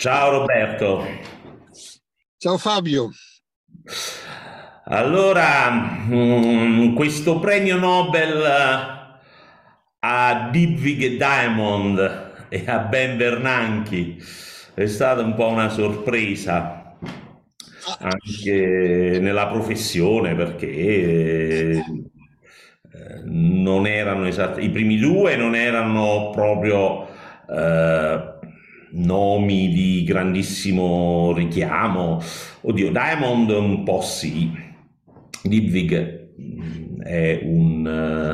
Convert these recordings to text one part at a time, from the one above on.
Ciao Roberto. Ciao Fabio. Allora, questo premio Nobel a Dybvig Diamond e a Ben Bernanke è stata un po' una sorpresa Ah, anche nella professione perché non erano esattamente i primi due, non erano proprio eh, nomi di grandissimo richiamo. Oddio, Diamond un po' sì. Dybvig è un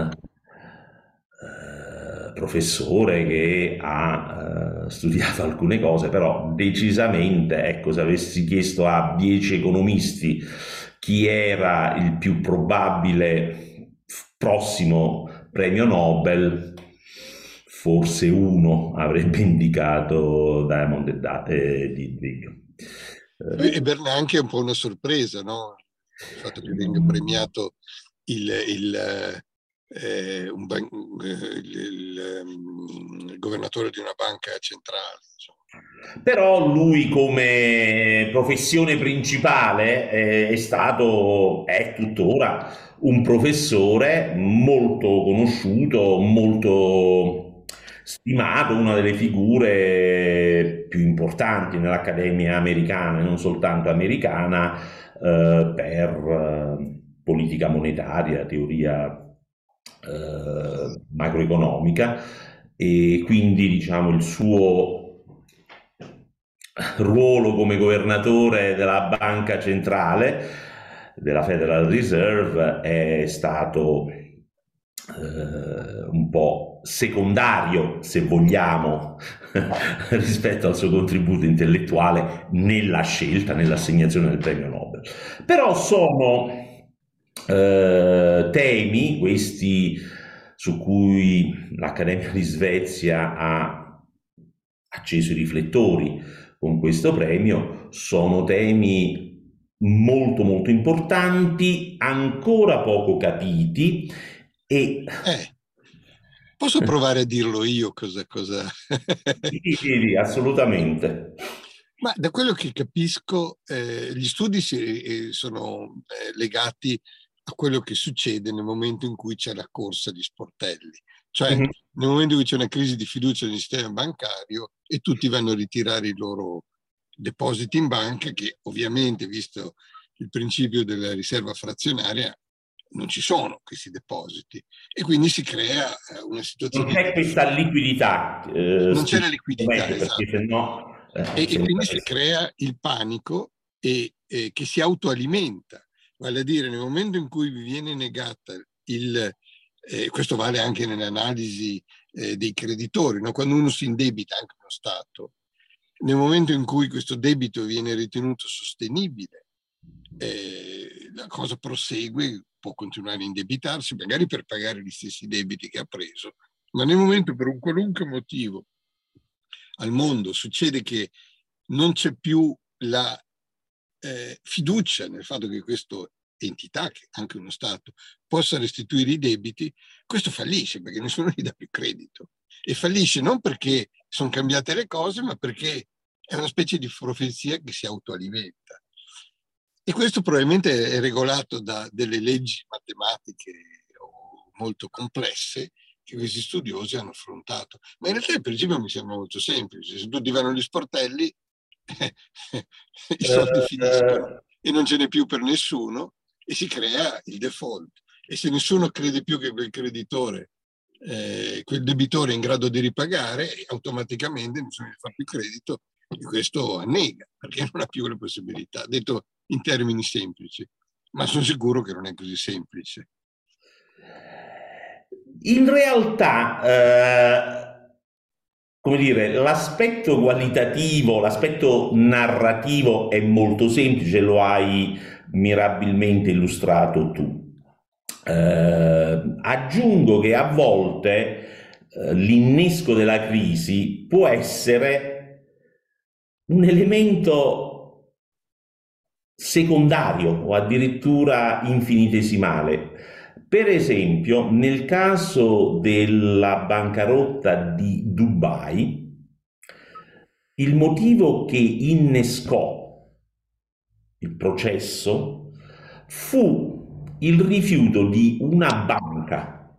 professore che ha studiato alcune cose, però decisamente, ecco, se avessi chiesto a 10 economisti chi era il più probabile prossimo premio Nobel, forse uno avrebbe indicato Diamond e Dybvig. e Bernanke è un po' una sorpresa, no? Il fatto che venga premiato un il governatore di una banca centrale, insomma. Però lui come professione principale è tuttora un professore molto conosciuto, molto stimato, una delle figure più importanti nell'Accademia americana, e non soltanto americana, per politica monetaria, teoria macroeconomica, e quindi diciamo il suo ruolo come governatore della banca centrale della Federal Reserve è stato un po' secondario, se vogliamo, rispetto al suo contributo intellettuale nella scelta, nell'assegnazione del premio Nobel. Però sono temi, questi su cui l'Accademia di Svezia ha acceso i riflettori con questo premio, sono temi molto molto importanti, ancora poco capiti e Eh, Posso provare a dirlo io cosa. sì, sì, sì, assolutamente. Ma da quello che capisco, gli studi sono legati a quello che succede nel momento in cui c'è la corsa di sportelli, cioè Mhm. nel momento in cui c'è una crisi di fiducia nel sistema bancario e tutti vanno a ritirare i loro depositi in banca, che ovviamente, visto il principio della riserva frazionaria, non ci sono questi depositi e quindi si crea una Non situazione di c'è questa difficoltà. liquidità, Non c'è la spiego liquidità, meglio, perché se esatto. no E sembra quindi si che crea il panico che si autoalimenta, vale a dire nel momento in cui vi viene negata questo vale anche nelle analisi dei creditori, no? Quando uno si indebita, anche uno Stato, nel momento in cui questo debito viene ritenuto sostenibile, la cosa prosegue, può continuare a indebitarsi, magari per pagare gli stessi debiti che ha preso, ma nel momento per un qualunque motivo al mondo succede che non c'è più la fiducia nel fatto che questa entità, che è anche uno Stato, possa restituire i debiti, questo fallisce perché nessuno gli dà più credito. E fallisce non perché sono cambiate le cose, ma perché è una specie di profezia che si autoalimenta. E questo probabilmente è regolato da delle leggi matematiche molto complesse che questi studiosi hanno affrontato. Ma in realtà il principio mi sembra molto semplice. Se tutti vanno agli sportelli, i soldi finiscono eh, e non ce n'è più per nessuno e si crea il default. E se nessuno crede più che quel creditore, quel debitore è in grado di ripagare, automaticamente nessuno gli fa più credito e questo annega perché non ha più le possibilità. Detto in termini semplici, ma sono sicuro che non è così semplice. in realtà, come dire, l'aspetto qualitativo, l'aspetto narrativo è molto semplice, lo hai mirabilmente illustrato tu. Aggiungo che a volte l'innesco della crisi può essere un elemento secondario o addirittura infinitesimale. Per esempio, nel caso della bancarotta di Dubai, il motivo che innescò il processo fu il rifiuto di una banca,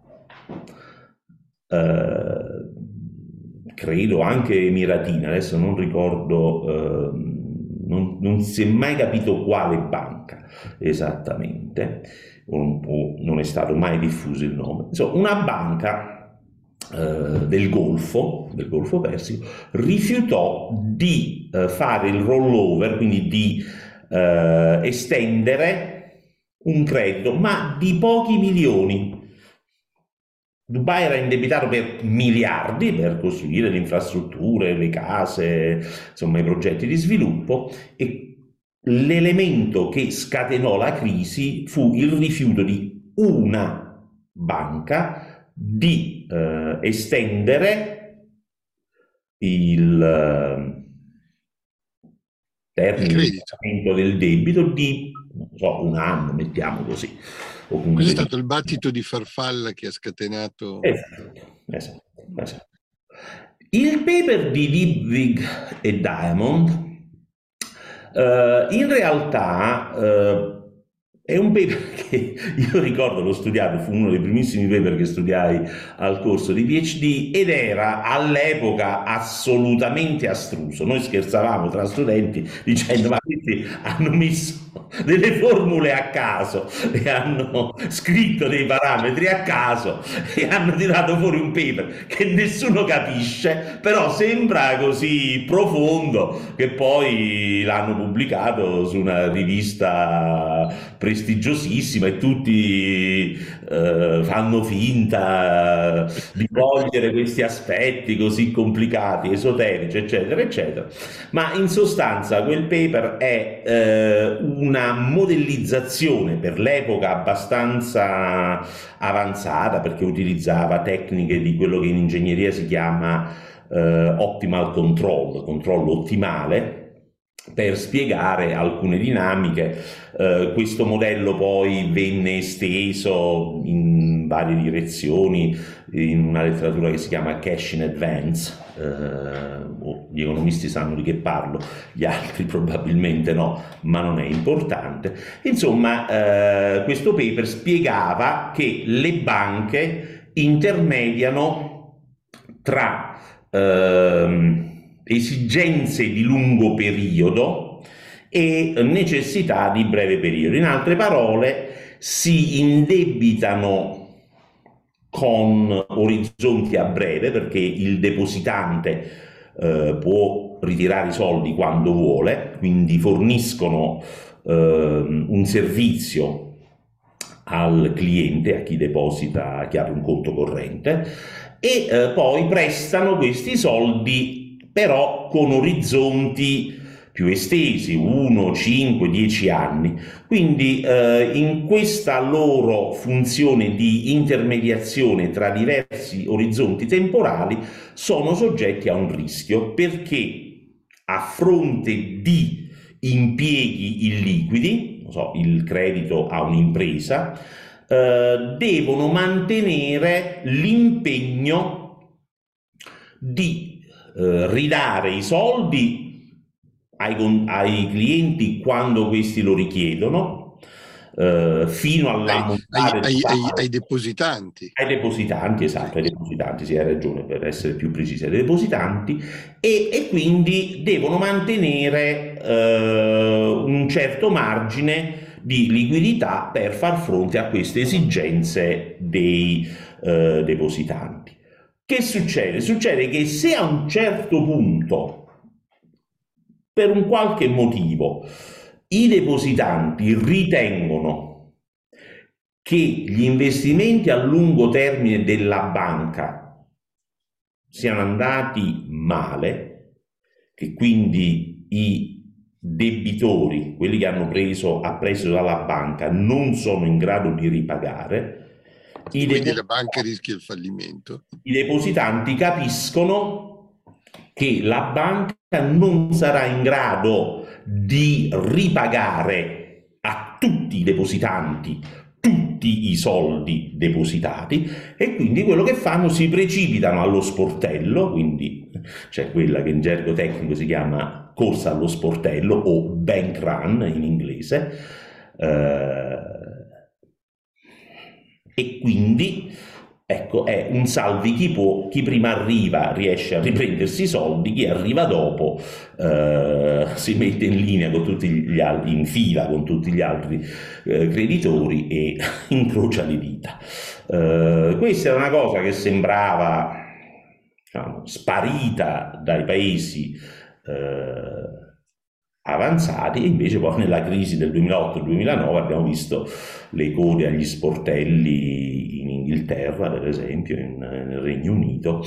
credo anche emiratina, adesso non ricordo, non si è mai capito quale banca esattamente, o non è stato mai diffuso il nome, insomma, una banca del Golfo Persico, rifiutò di fare il rollover, quindi di estendere un credito, ma di pochi milioni. Dubai era indebitato per miliardi per costruire le infrastrutture, le case, insomma i progetti di sviluppo, e l'elemento che scatenò la crisi fu il rifiuto di una banca di estendere il termine di pagamento del debito di, non so, un anno, mettiamo così. Quello è stato il battito di farfalla che ha scatenato... Esatto. Il paper di Dybvig e Diamond in realtà è un paper che io ricordo, l'ho studiato, fu uno dei primissimi paper che studiai al corso di PhD ed era all'epoca assolutamente astruso. Noi scherzavamo tra studenti dicendo: ma questi hanno messo delle formule a caso e hanno scritto dei parametri a caso e hanno tirato fuori un paper che nessuno capisce, però sembra così profondo che poi l'hanno pubblicato su una rivista prestigiosissima e tutti fanno finta di cogliere questi aspetti così complicati, esoterici, eccetera, eccetera. Ma in sostanza quel paper è una modellizzazione per l'epoca abbastanza avanzata, perché utilizzava tecniche di quello che in ingegneria si chiama optimal control, controllo ottimale, per spiegare alcune dinamiche. Questo modello poi venne esteso in varie direzioni in una letteratura che si chiama Cash in Advance. Gli economisti sanno di che parlo, gli altri probabilmente no, ma non è importante. Insomma, questo paper spiegava che le banche intermediano tra esigenze di lungo periodo e necessità di breve periodo. In altre parole, si indebitano con orizzonti a breve, perché il depositante può ritirare i soldi quando vuole, quindi forniscono un servizio al cliente, a chi deposita, a chi apre un conto corrente, e poi prestano questi soldi però con orizzonti più estesi, 1, 5, 10 anni. Quindi in questa loro funzione di intermediazione tra diversi orizzonti temporali sono soggetti a un rischio, perché a fronte di impieghi illiquidi, non so, il credito a un'impresa, devono mantenere l'impegno di ridare i soldi ai clienti quando questi lo richiedono, fino all'ammontare ai depositanti. Ai depositanti, esatto, ai depositanti, sì, hai ragione, per essere più precisi, ai depositanti, e quindi devono mantenere un certo margine di liquidità per far fronte a queste esigenze dei depositanti. Che succede? Succede che se a un certo punto, per un qualche motivo, i depositanti ritengono che gli investimenti a lungo termine della banca siano andati male, che quindi i debitori, quelli che hanno preso a prestito dalla banca, non sono in grado di ripagare, quindi la banca rischia il fallimento. I depositanti capiscono che la banca non sarà in grado di ripagare a tutti i depositanti tutti i soldi depositati, e quindi quello che fanno, si precipitano allo sportello, quindi c'è quella che in gergo tecnico si chiama corsa allo sportello o bank run in inglese, e quindi ecco, è un salvi chi può, chi prima arriva riesce a riprendersi i soldi, chi arriva dopo si mette in linea con tutti gli altri, in fila con tutti gli altri creditori e incrocia le dita. Questa è una cosa che sembrava, diciamo, sparita dai paesi avanzati, e invece poi nella crisi del 2008-2009 abbiamo visto le code agli sportelli in Inghilterra, per esempio, nel Regno Unito,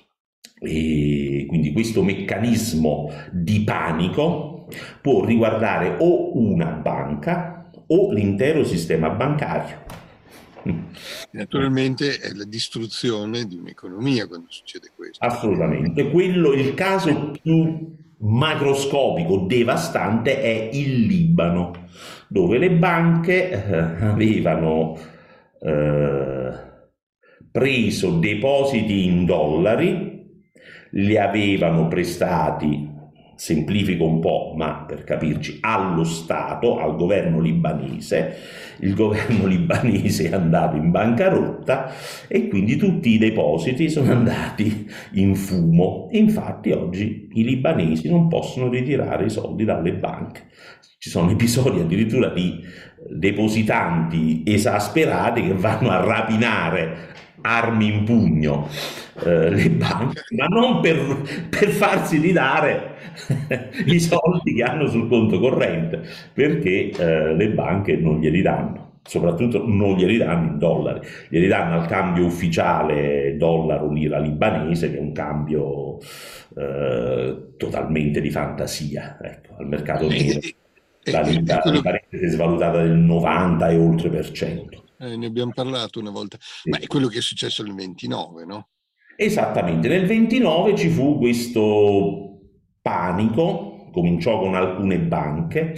e quindi questo meccanismo di panico può riguardare o una banca o l'intero sistema bancario. Naturalmente è la distruzione di un'economia quando succede questo. Assolutamente. Il caso più macroscopico, devastante, è il Libano, dove le banche avevano preso depositi in dollari, li avevano prestati, semplifico un po', ma per capirci, allo Stato, al governo libanese. Il governo libanese è andato in bancarotta e quindi tutti i depositi sono andati in fumo. Infatti oggi i libanesi non possono ritirare i soldi dalle banche. Ci sono episodi addirittura di depositanti esasperati che vanno a rapinare armi in pugno le banche, ma non per farsi ridare i soldi che hanno sul conto corrente, perché le banche non glieli danno, soprattutto non glieli danno in dollari, glieli danno al cambio ufficiale dollaro-lira libanese, che è un cambio totalmente di fantasia, ecco, al mercato nero. La lira libanese è svalutata del 90 e oltre per cento. Ne abbiamo parlato una volta, ma è quello che è successo nel 29, no? Esattamente, nel 29 ci fu questo panico, cominciò con alcune banche.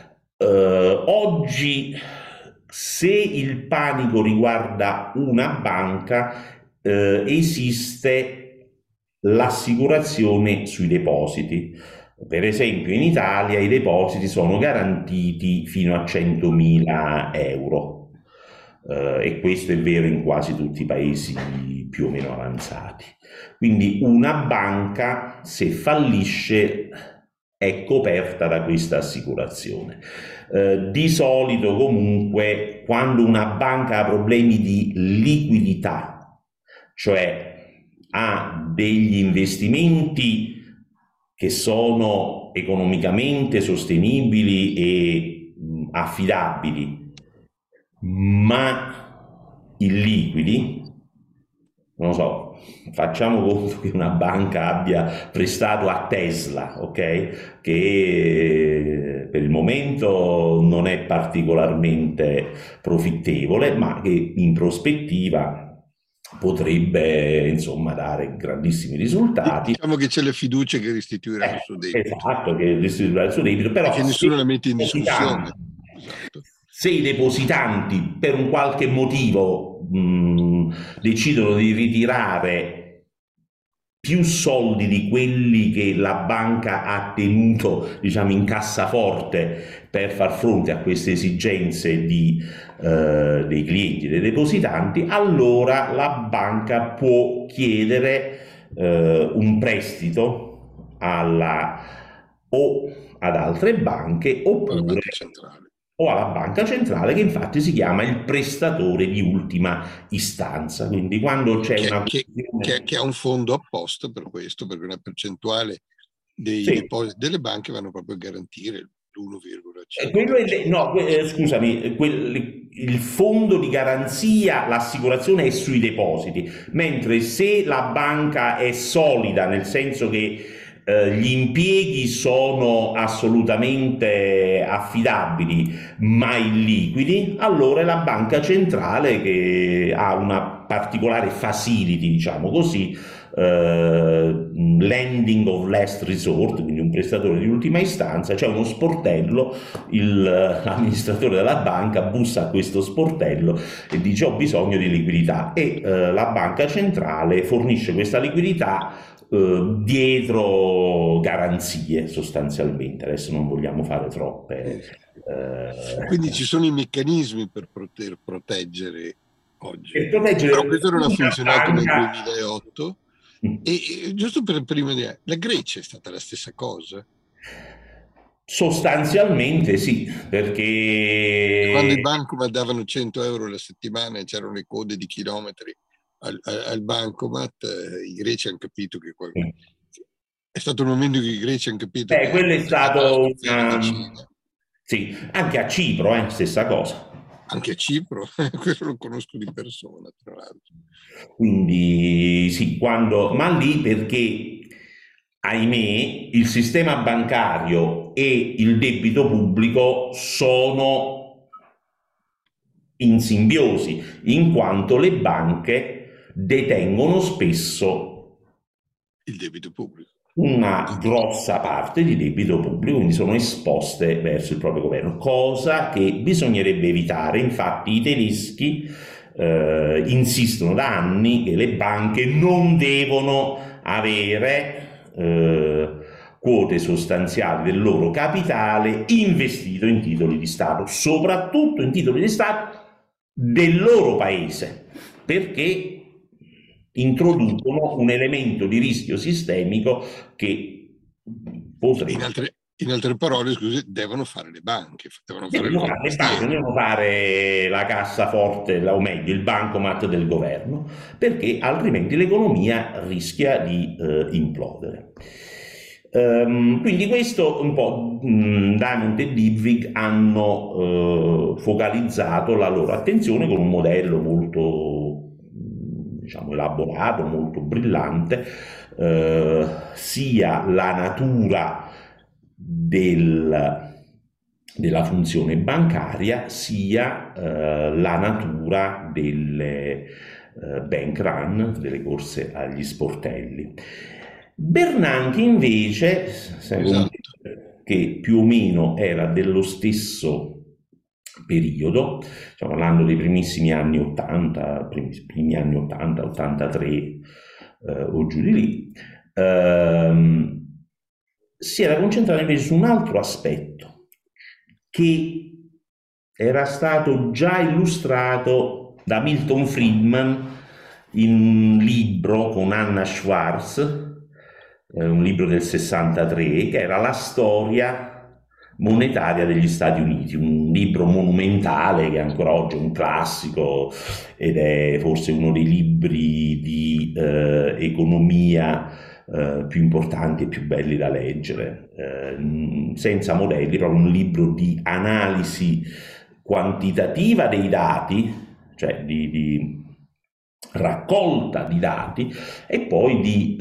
Oggi, se il panico riguarda una banca, esiste l'assicurazione sui depositi. Per esempio in Italia i depositi sono garantiti fino a 100.000 euro. E questo è vero in quasi tutti i paesi più o meno avanzati. Quindi una banca, se fallisce, è coperta da questa assicurazione. Di solito comunque quando una banca ha problemi di liquidità, cioè ha degli investimenti che sono economicamente sostenibili e affidabili, ma illiquidi, non lo so, facciamo conto che una banca abbia prestato a Tesla, ok? Che per il momento non è particolarmente profittevole, ma che in prospettiva potrebbe insomma dare grandissimi risultati. Diciamo che c'è la fiducia che restituirà il suo debito. Esatto, che restituirà il suo debito, però perché nessuno la mette in discussione. Esatto. Se i depositanti per un qualche motivo decidono di ritirare più soldi di quelli che la banca ha tenuto, diciamo, in cassaforte per far fronte a queste esigenze dei clienti, dei depositanti, allora la banca può chiedere un prestito o ad altre banche oppure o alla banca centrale, che infatti si chiama il prestatore di ultima istanza. Quindi quando c'è che ha un fondo apposta per questo, perché una percentuale dei depositi delle banche vanno proprio a garantire l'1,5%. Scusami, il fondo di garanzia, l'assicurazione è sui depositi, mentre se la banca è solida, nel senso che gli impieghi sono assolutamente affidabili ma illiquidi, allora è la banca centrale che ha una particolare facility, diciamo così, lending of last resort, quindi un prestatore di ultima istanza, c'è uno sportello, l'amministratore della banca bussa a questo sportello e dice ho bisogno di liquidità e la banca centrale fornisce questa liquidità dietro garanzie sostanzialmente. Adesso non vogliamo fare troppe... Quindi ci sono i meccanismi per poter proteggere oggi. Per proteggere però questo non ha funzionato nel banca... 2008 e giusto per prima di la Grecia è stata la stessa cosa? Sostanzialmente sì, perché Quando i bancomat davano 100 euro la settimana e c'erano le code di chilometri al bancomat, i greci hanno capito che è stato un momento in cui i greci hanno capito che quello è stato la Cina. sì, anche a Cipro, stessa cosa. Anche a Cipro, questo lo conosco di persona, tra l'altro. Quindi sì, ma lì perché, ahimè, il sistema bancario e il debito pubblico sono in simbiosi, in quanto le banche detengono spesso il debito pubblico, una grossa parte di debito pubblico, quindi sono esposte verso il proprio governo, cosa che bisognerebbe evitare. Infatti i tedeschi insistono da anni che le banche non devono avere quote sostanziali del loro capitale investito in titoli di Stato, soprattutto in titoli di Stato del loro paese, perché introducono un elemento di rischio sistemico che potrebbe... In altre parole, scusi, devono fare le banche, devono fare le banche, devono fare la cassaforte, o meglio, il bancomat del governo, perché altrimenti l'economia rischia di implodere. Quindi questo un po' Diamond e Dybvig hanno focalizzato la loro attenzione con un modello molto diciamo elaborato, molto brillante, sia la natura della funzione bancaria sia la natura delle bank run, delle corse agli sportelli. Bernanke invece, esatto, che più o meno era dello stesso periodo, stiamo parlando dei primissimi anni 80, primi anni 80, 83 o giù di lì, si era concentrato invece su un altro aspetto che era stato già illustrato da Milton Friedman in un libro con Anna Schwarz, un libro del 63, che era la storia monetaria degli Stati Uniti, un libro monumentale che ancora oggi è un classico ed è forse uno dei libri di economia più importanti e più belli da leggere, senza modelli, proprio un libro di analisi quantitativa dei dati, cioè di raccolta di dati e poi di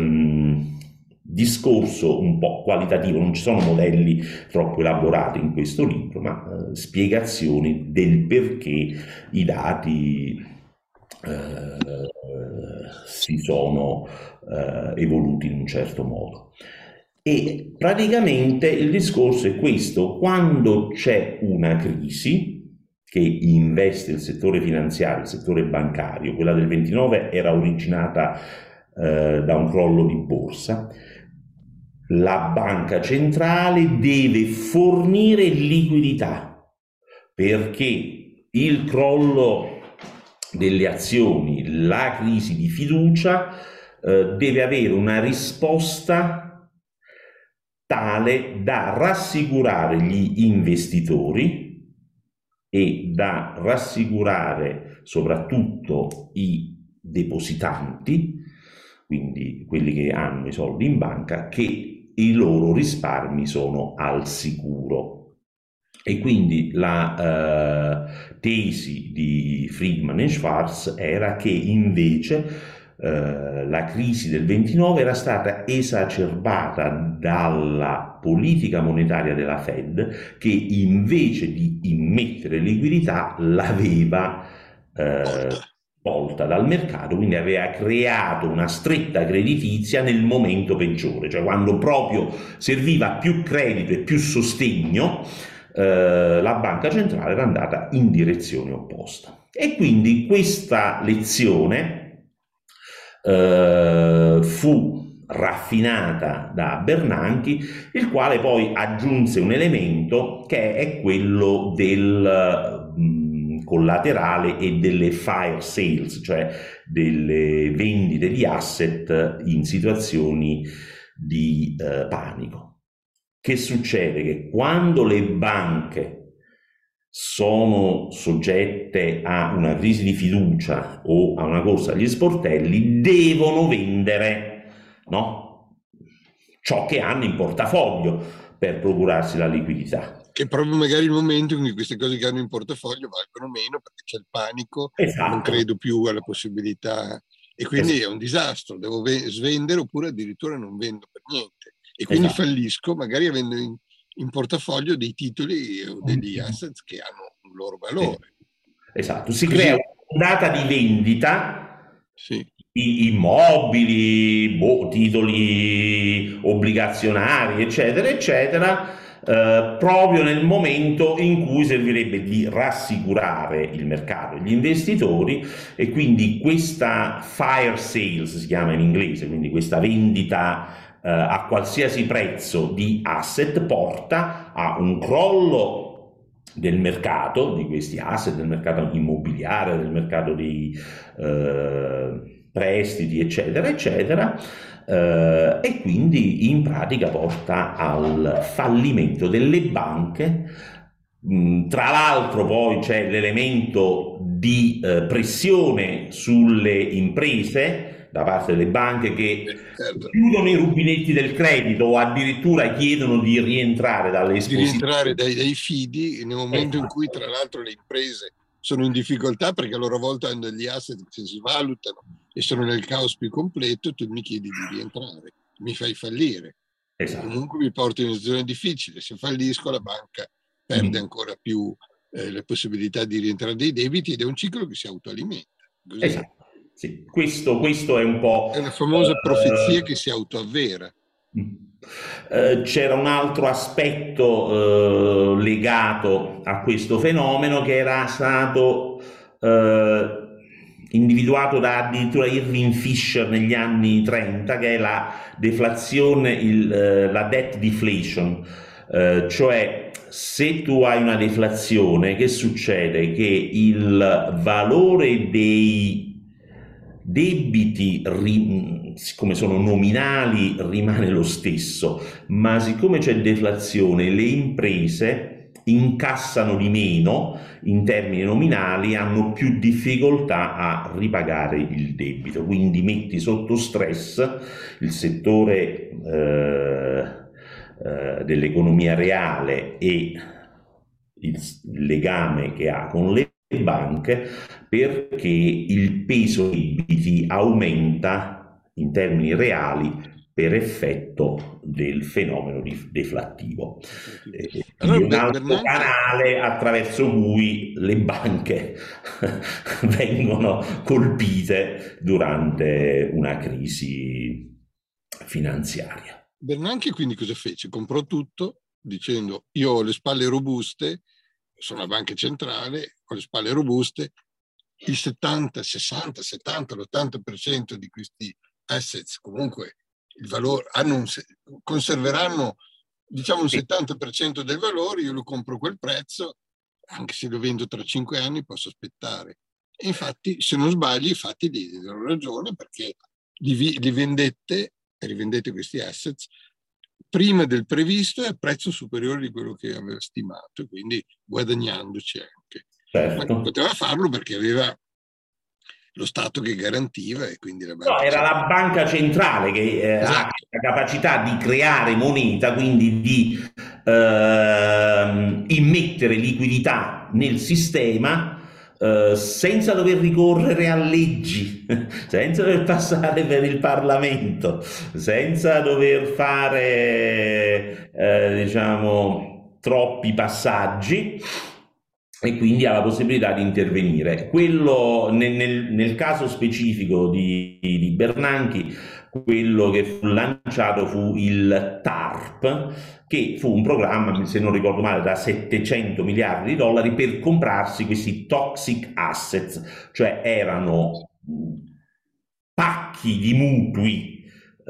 discorso un po' qualitativo. Non ci sono modelli troppo elaborati in questo libro, ma spiegazioni del perché i dati si sono evoluti in un certo modo. E praticamente il discorso è questo: quando c'è una crisi che investe il settore finanziario, il settore bancario, quella del 29 era originata da un crollo di borsa, la banca centrale deve fornire liquidità, perché il crollo delle azioni, la crisi di fiducia deve avere una risposta tale da rassicurare gli investitori e da rassicurare soprattutto i depositanti, quindi quelli che hanno i soldi in banca, che i loro risparmi sono al sicuro. E quindi la tesi di Friedman e Schwarz era che invece la crisi del 29 era stata esacerbata dalla politica monetaria della Fed, che invece di immettere liquidità l'aveva tolta dal mercato, quindi aveva creato una stretta creditizia nel momento peggiore, cioè quando proprio serviva più credito e più sostegno, la banca centrale era andata in direzione opposta. E quindi questa lezione fu raffinata da Bernanke, il quale poi aggiunse un elemento che è quello del collaterale e delle fire sales, cioè delle vendite di asset in situazioni di panico. Che succede? Che quando le banche sono soggette a una crisi di fiducia o a una corsa agli sportelli, devono vendere, no? Ciò che hanno in portafoglio per procurarsi la liquidità. Che è proprio magari il momento in cui queste cose che hanno in portafoglio valgono meno perché c'è il panico, Esatto. Non credo più alla possibilità e quindi Esatto. è un disastro, devo svendere oppure addirittura non vendo per niente e quindi fallisco magari avendo in portafoglio dei titoli o degli asset che hanno un loro valore. Esatto, si crea un'ondata di vendita, sì, di immobili, titoli obbligazionari, eccetera, eccetera, proprio nel momento in cui servirebbe di rassicurare il mercato e gli investitori, e quindi questa fire sales si chiama in inglese, quindi questa vendita a qualsiasi prezzo di asset porta a un crollo del mercato di questi asset, del mercato immobiliare, del mercato dei prestiti, eccetera, eccetera, e quindi in pratica porta al fallimento delle banche. Tra l'altro poi c'è l'elemento di pressione sulle imprese da parte delle banche che chiudono i rubinetti del credito o addirittura chiedono di rientrare dalle esposizioni. Di rientrare dai fidi nel momento in cui tra l'altro le imprese sono in difficoltà perché a loro volta hanno degli asset che si valutano e sono nel caos più completo, tu mi chiedi di rientrare, mi fai fallire. Esatto. Comunque mi porti in una situazione difficile, se fallisco la banca perde ancora più le possibilità di rientrare dei debiti ed è un ciclo che si autoalimenta. Così. Esatto. Sì. Questo è un po'... È una famosa profezia che si autoavvera. C'era un altro aspetto legato a questo fenomeno che era stato individuato da addirittura Irving Fisher negli anni 30, che è la deflazione, la debt deflation, cioè se tu hai una deflazione, che succede? Che il valore dei debiti, siccome sono nominali, rimane lo stesso, ma siccome c'è deflazione, le imprese incassano di meno in termini nominali, hanno più difficoltà a ripagare il debito, quindi metti sotto stress il settore dell'economia reale e il legame che ha con le banche, perché il peso dei debiti aumenta in termini reali per effetto del fenomeno deflattivo. Allora, un altro canale attraverso cui le banche vengono colpite durante una crisi finanziaria. Bernanke quindi cosa fece? Comprò tutto dicendo: io ho le spalle robuste, sono una banca centrale, ho le spalle robuste, il 70, 60, 70, l'80% di questi assets comunque il valore conserveranno diciamo un 70% del valore, io lo compro a quel prezzo, anche se lo vendo tra 5 anni posso aspettare. E infatti, se non sbaglio, i fatti diedero ragione perché li rivendette questi assets prima del previsto e a prezzo superiore di quello che aveva stimato, quindi guadagnandoci anche. Certo. Ma poteva farlo perché aveva lo Stato che garantiva e quindi la banca... No, era la banca centrale che esatto. ha la capacità di creare moneta, quindi di immettere liquidità nel sistema senza dover ricorrere a leggi, senza dover passare per il Parlamento, senza dover fare diciamo troppi passaggi. e quindi ha la possibilità di intervenire. Quello, nel caso specifico di Bernanke, quello che fu lanciato fu il TARP, che fu un programma, se non ricordo male, da 700 miliardi di dollari per comprarsi questi toxic assets, cioè erano pacchi di mutui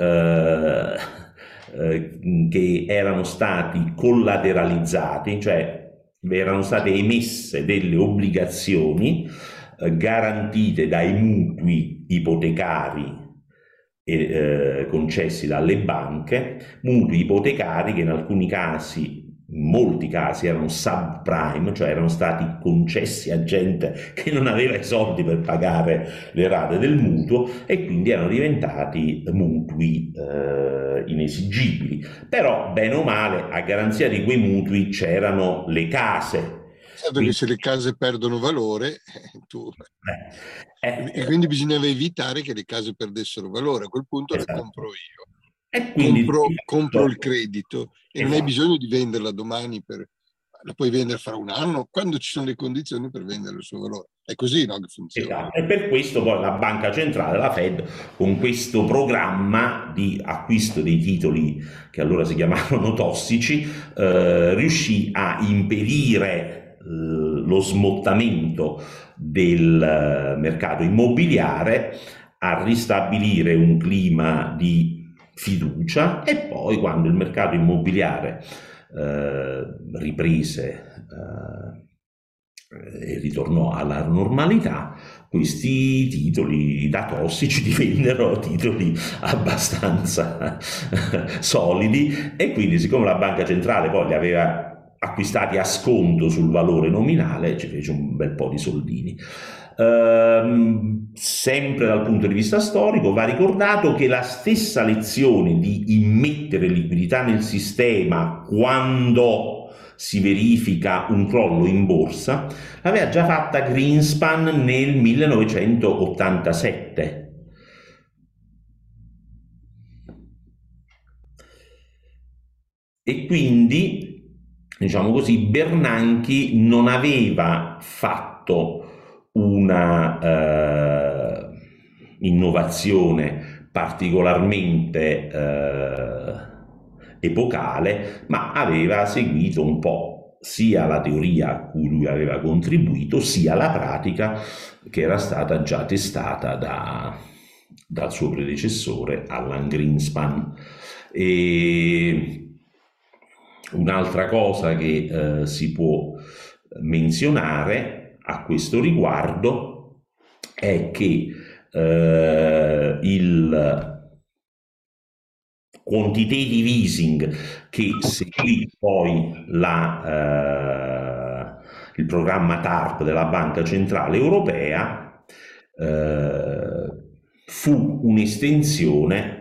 che erano stati collateralizzati, cioè erano state emesse delle obbligazioni garantite dai mutui ipotecari concessi dalle banche, mutui ipotecari che in alcuni casi, in molti casi, erano subprime, cioè erano stati concessi a gente che non aveva i soldi per pagare le rate del mutuo e quindi erano diventati mutui inesigibili. Però, bene o male, a garanzia di quei mutui c'erano le case. Certo che se le case perdono valore, e quindi bisognava evitare che le case perdessero valore. A quel punto le compro io. E quindi compro il credito e non hai bisogno di venderla domani, la puoi vendere fra un anno quando ci sono le condizioni per vendere il suo valore. È così, no, che funziona. E per questo poi la banca centrale, la Fed, con questo programma di acquisto dei titoli che allora si chiamavano tossici, riuscì a impedire lo smottamento del mercato immobiliare, a ristabilire un clima di fiducia e poi quando il mercato immobiliare riprese e ritornò alla normalità, questi titoli da tossici divennero titoli abbastanza solidi e quindi siccome la banca centrale poi li aveva acquistati a sconto sul valore nominale ci fece un bel po' di soldini. Sempre dal punto di vista storico va ricordato che la stessa lezione di immettere liquidità nel sistema quando si verifica un crollo in borsa l'aveva già fatta Greenspan nel 1987. E quindi, diciamo così, Bernanke non aveva fatto una innovazione particolarmente epocale, ma aveva seguito un po' sia la teoria a cui lui aveva contribuito, sia la pratica che era stata già testata dal suo predecessore Alan Greenspan. E un'altra cosa che si può menzionare a questo riguardo è che il quantitative easing che seguì poi il programma TARP della Banca Centrale Europea fu un'estensione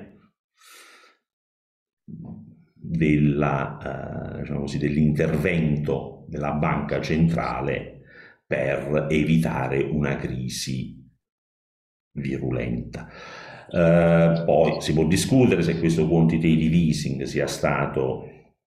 diciamo così, dell'intervento della banca centrale per evitare una crisi virulenta. Poi si può discutere se questo quantitative easing sia stato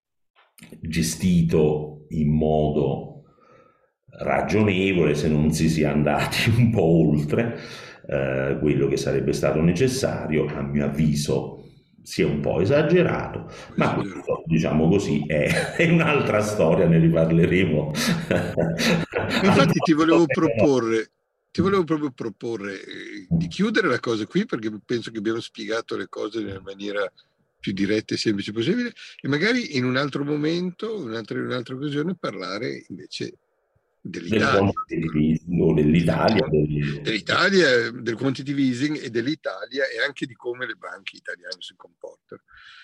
gestito in modo ragionevole, se non si sia andati un po' oltre quello che sarebbe stato necessario. A mio avviso si è un po' esagerato, ma questo, diciamo così, è un'altra storia, ne riparleremo. Infatti ti volevo proprio proporre di chiudere la cosa qui, perché penso che abbiamo spiegato le cose nella maniera più diretta e semplice possibile, e magari in un altro momento, in un'altra occasione, parlare invece dell'Italia, del quantitative easing e dell'Italia e anche di come le banche italiane si comportano.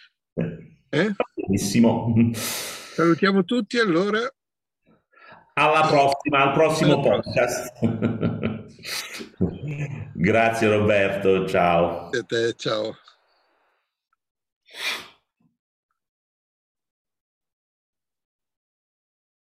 Benissimo. Salutiamo tutti allora. Alla prossima, al prossimo podcast. Grazie Roberto, ciao. A te, ciao.